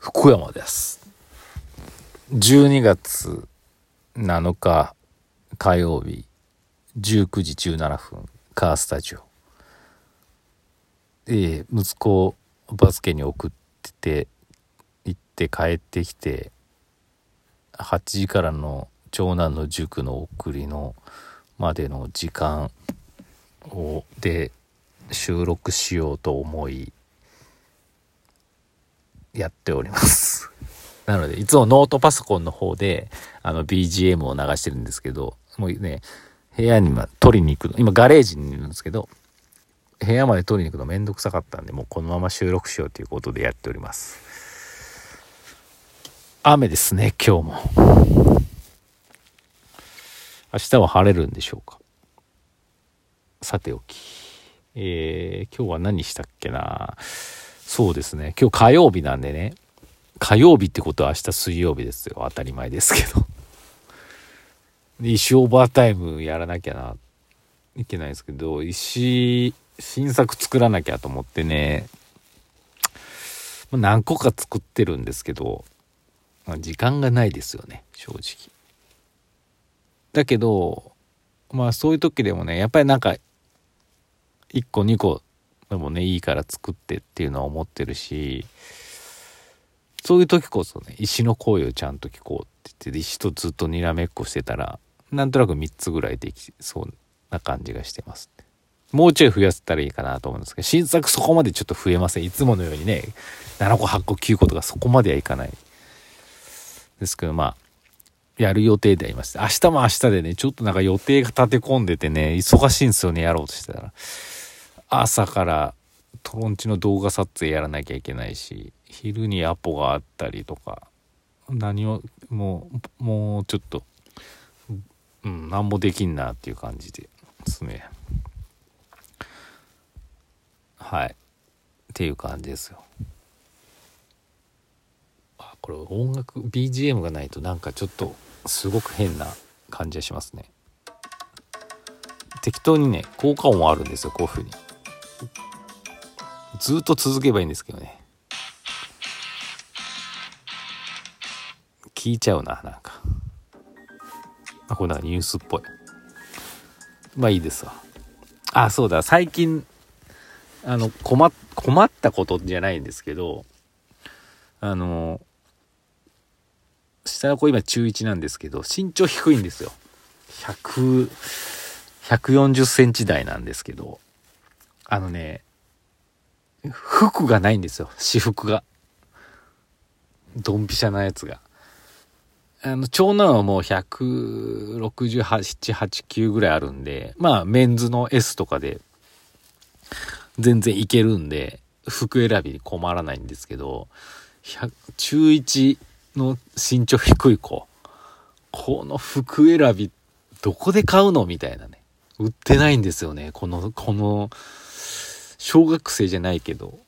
福山です。12月7日火曜日19時17分カースタジオ。息子をバスケに送って行って帰ってきて8時からの長男の塾の送りのまでの時間で収録しようと思いやっておりますなのでいつもノートパソコンの方でBGM を流してるんですけど、もうね部屋に取りに行くの、今ガレージにいるんですけど部屋まで取りに行くのめんどくさかったんで、もうこのまま収録しようということでやっております。雨ですね今日も。明日は晴れるんでしょうか。さておき、今日は何したっけな。そうですね、今日火曜日なんでね、火曜日ってことは明日水曜日ですよ。当たり前ですけど石オーバータイムやらなきゃないけないですけど、新作作らなきゃと思ってね、何個か作ってるんですけど、時間がないですよね正直。だけどそういう時でもね、やっぱりなんか1個2個でもねいいから作ってっていうのは思ってるし、そういう時こそね石の声をちゃんと聞こうって言って石とずっとにらめっこしてたらなんとなく3つぐらいできそうな感じがしてます。もうちょい増やせたらいいかなと思うんですけど、新作そこまでちょっと増えません。いつものようにね7個8個9個とかそこまではいかないですけど、やる予定でありまして、明日も明日でねちょっとなんか予定が立て込んでてね忙しいんですよね。やろうとしてたら朝からトロンチの動画撮影やらなきゃいけないし、昼にアポがあったりとか、何をもうちょっと何もできんなっていう感じですね。はいっていう感じですよ。これ音楽 BGM がないとなんかちょっとすごく変な感じがしますね。適当にね効果音はあるんですよ。こういう風にずっと続けばいいんですけどね、聞いちゃうな。なんかこれなんかニュースっぽい。いいですわ。そうだ、最近困ったことじゃないんですけど、下の子今中1なんですけど身長低いんですよ。140センチ台なんですけど、服がないんですよ。私服がドンピシャなやつが。長男はもう168、8、9ぐらいあるんで、メンズの S とかで全然いけるんで服選びに困らないんですけど、中1の身長低い子、この服選びどこで買うのみたいなね。売ってないんですよね。この小学生じゃないけど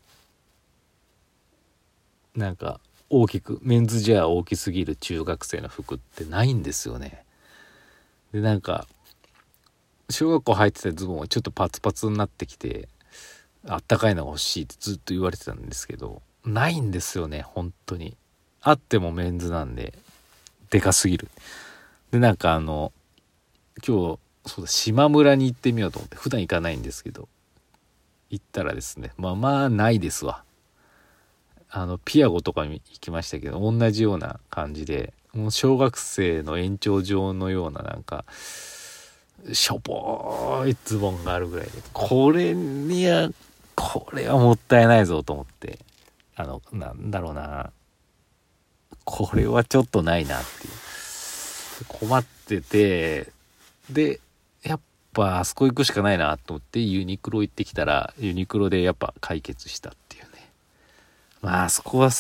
なんか大きくメンズじゃ大きすぎる中学生の服ってないんですよね。でなんか小学校入ってたズボンはちょっとパツパツになってきてあったかいのが欲しいってずっと言われてたんですけど、ないんですよね本当に。あってもメンズなんででかすぎる。でなんか今日そうだ島村に行ってみようと思って、普段行かないんですけど行ったらですねないですわ。ピアゴとかに行きましたけど同じような感じで、もう小学生の延長上のようななんかしょぼーいズボンがあるぐらいで、これはもったいないぞと思って、なんだろうな、これはちょっとないなっていう困ってて、でやっぱあそこ行くしかないなと思ってユニクロ行ってきたらユニクロでやっぱ解決したっていうね。あそこ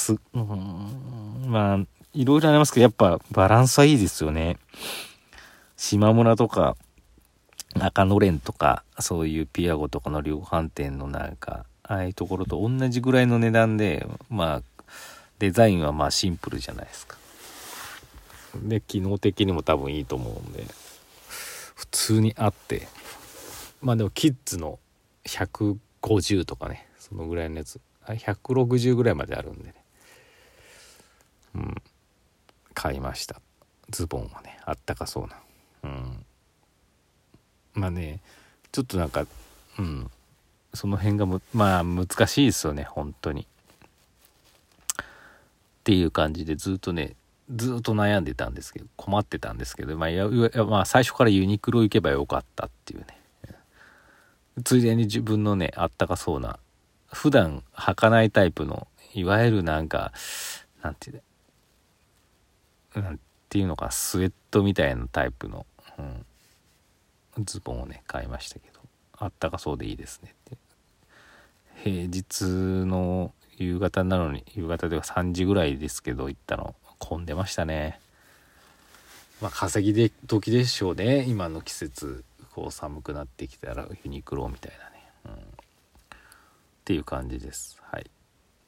はいろいろありますけどやっぱバランスはいいですよね。島村とか中野レンとかそういうピアゴとかの量販店のなんかああいうところと同じぐらいの値段でデザインはシンプルじゃないですか。で機能的にも多分いいと思うんで普通にあって、でもキッズの150とかねそのぐらいのやつ160ぐらいまであるんでね、 買いました。ズボンはね、あったかそうな。まあね、ちょっとなんか、その辺がまあ難しいですよね、本当に。っていう感じでずっと悩んでたんですけど、困ってたんですけど、まあ最初からユニクロ行けばよかったっていうね。ついでに自分のね、あったかそうな、普段履かないタイプの、いわゆるなんていうのか、スウェットみたいなタイプの、ズボンをね買いましたけど、あったかそうでいいですねって。平日の夕方なのに、夕方では3時ぐらいですけど行ったの、混んでましたね。まあ稼ぎ時でしょうね、今の季節。こう寒くなってきたらユニクロみたいなね、っていう感じです。はい。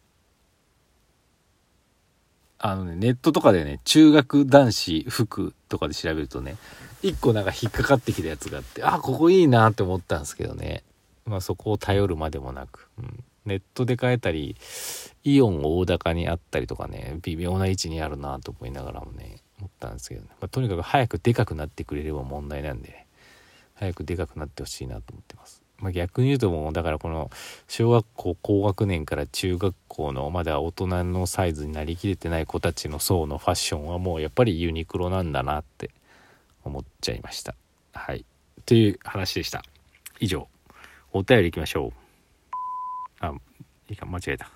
ネットとかでね、中学男子服とかで調べるとね、一個なんか引っかかってきたやつがあって、ここいいなって思ったんですけどね。まあそこを頼るまでもなく、ネットで買えたり、イオン大高にあったりとかね、微妙な位置にあるなと思いながらもね、思ったんですけどね。とにかく早くでかくなってくれれば問題なんで、ね、早くでかくなってほしいなと思ってます。逆に言うともうだからこの小学校高学年から中学校のまだ大人のサイズになりきれてない子たちの層のファッションはもうやっぱりユニクロなんだなって思っちゃいました。はい。という話でした。以上。お便り行きましょう。いいか、間違えた。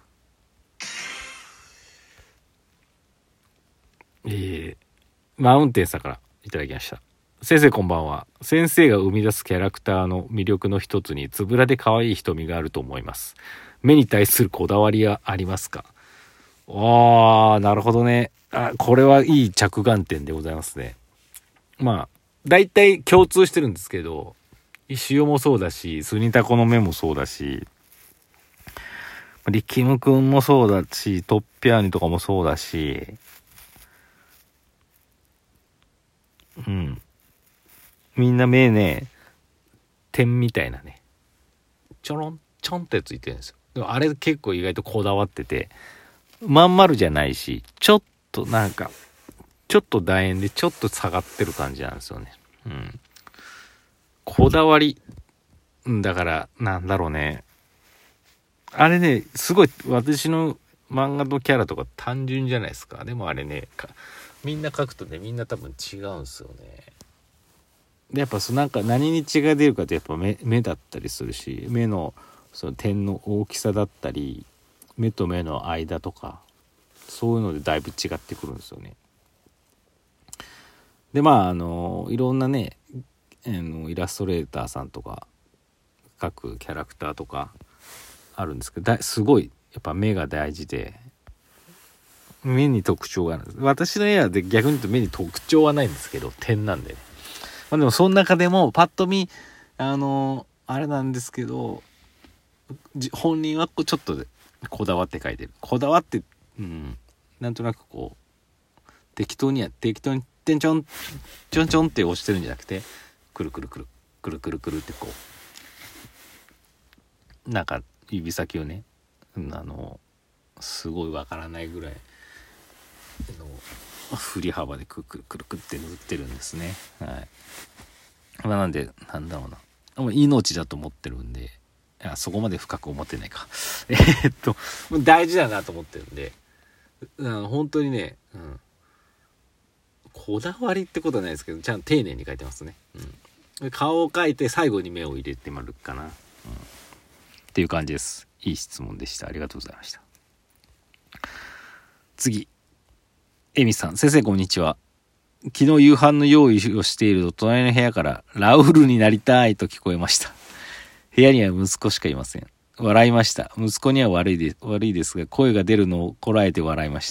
マウンテンさんからいただきました。先生こんばんは。先生が生み出すキャラクターの魅力の一つにつぶらで可愛い瞳があると思います。目に対するこだわりはありますか？なるほどね。これはいい着眼点でございますね。まあ大体共通してるんですけど、石尾もそうだし、スニタコの目もそうだし、リキムくんもそうだし、トッピャーニとかもそうだし、みんな目ね、点みたいなね、ちょんってついてるんですよ。でもあれ結構意外とこだわってて、まん丸じゃないし、ちょっと楕円でちょっと下がってる感じなんですよね。こだわり、だからなんだろうね。あれね、すごい私の漫画のキャラとか単純じゃないですか。でもあれね、みんな描くとね、みんな多分違うんですよね。でやっぱなんか何に血が出るかってやっぱ目だったりするし、目のその点の大きさだったり、目と目の間とか、そういうのでだいぶ違ってくるんですよね。でいろんなね、イラストレーターさんとか描くキャラクターとかあるんですけど、すごいやっぱ目が大事で、目に特徴があるんです。私の絵は逆に言うと目に特徴はないんですけど、点なんでね。でもその中でもパッと見あれなんですけど、本人はちょっとこだわって描いてる。こだわって、なんとなくこう適当にてんちょんって押してるんじゃなくて、くるくるってこうなんか指先をね、すごいわからないぐらいの振り幅でくるって塗ってるんですね。はい。なんでなんだろうな、命だと思ってるんで、そこまで深く思ってないか大事だなと思ってるんで、本当にね、こだわりってことはないですけど、ちゃんと丁寧に描いてますね。顔を描いて最後に目を入れてもらうかな、っていう感じです。いい質問でした。ありがとうございました。次、エミさん、先生こんにちは。昨日夕飯の用意をしていると隣の部屋からラウールになりたいと聞こえました。部屋には息子しかいません。笑いました。息子には悪いですが、声が出るのをこらえて笑いました。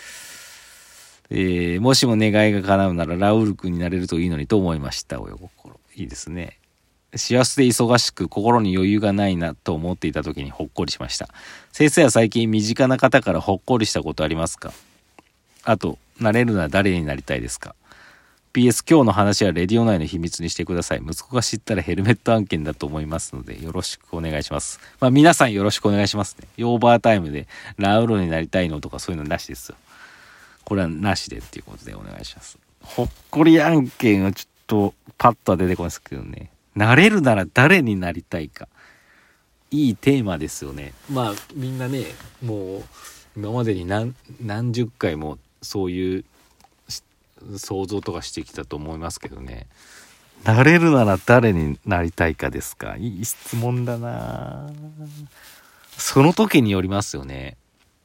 もしも願いが叶うならラウール君になれるといいのにと思いました。親心。いいですね。幸せで忙しく心に余裕がないなと思っていた時にほっこりしました。先生は最近身近な方からほっこりしたことありますか？あと、なれるなら誰になりたいですか？ PS 今日の話はレディオ内の秘密にしてください。息子が知ったらヘルメット案件だと思いますのでよろしくお願いします。皆さんよろしくお願いしますね。オーバータイムでラウールになりたいのとかそういうのなしですよ。 これはなしでっていうことでお願いします。ほっこり案件はちょっとパッとは出てこないですけどね。なれるなら誰になりたいか。いいテーマですよね。まあみんなね、もう今までに何十回もそういう想像とかしてきたと思いますけどね。なれるなら誰になりたいかですか。いい質問だな。その時によりますよね。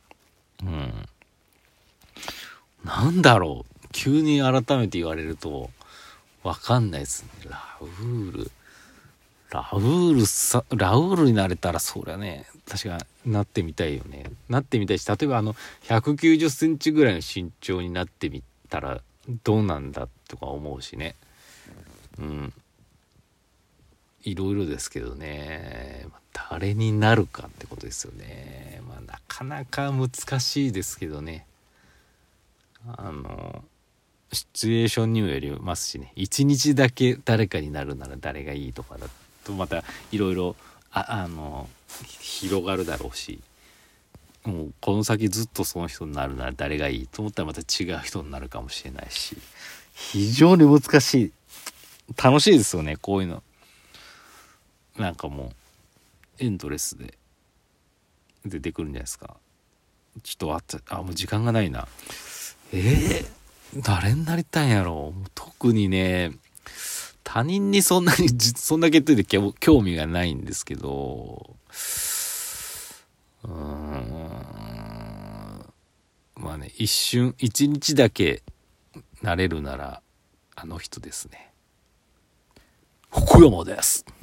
なんだろう。急に改めて言われるとわかんないですね。ラウールになれたらそりゃね、確かなってみたいよね。なってみたいし、例えば190センチぐらいの身長になってみたらどうなんだとか思うしね。いろいろですけどね。誰になるかってことですよね。なかなか難しいですけどね。シチュエーションにもよりますしね。一日だけ誰かになるなら誰がいいとかだとまたいろいろ広がるだろうし、もうこの先ずっとその人になるなら誰がいいと思ったらまた違う人になるかもしれないし、非常に難しい。楽しいですよね、こういうの。なんかもうエンドレスで出てくるんじゃないですか。ちょっともう時間がないな。誰になりたいんやろう。特にね、他人にそんだけといて興味がないんですけど、まあね、一日だけなれるならあの人ですね。福山です。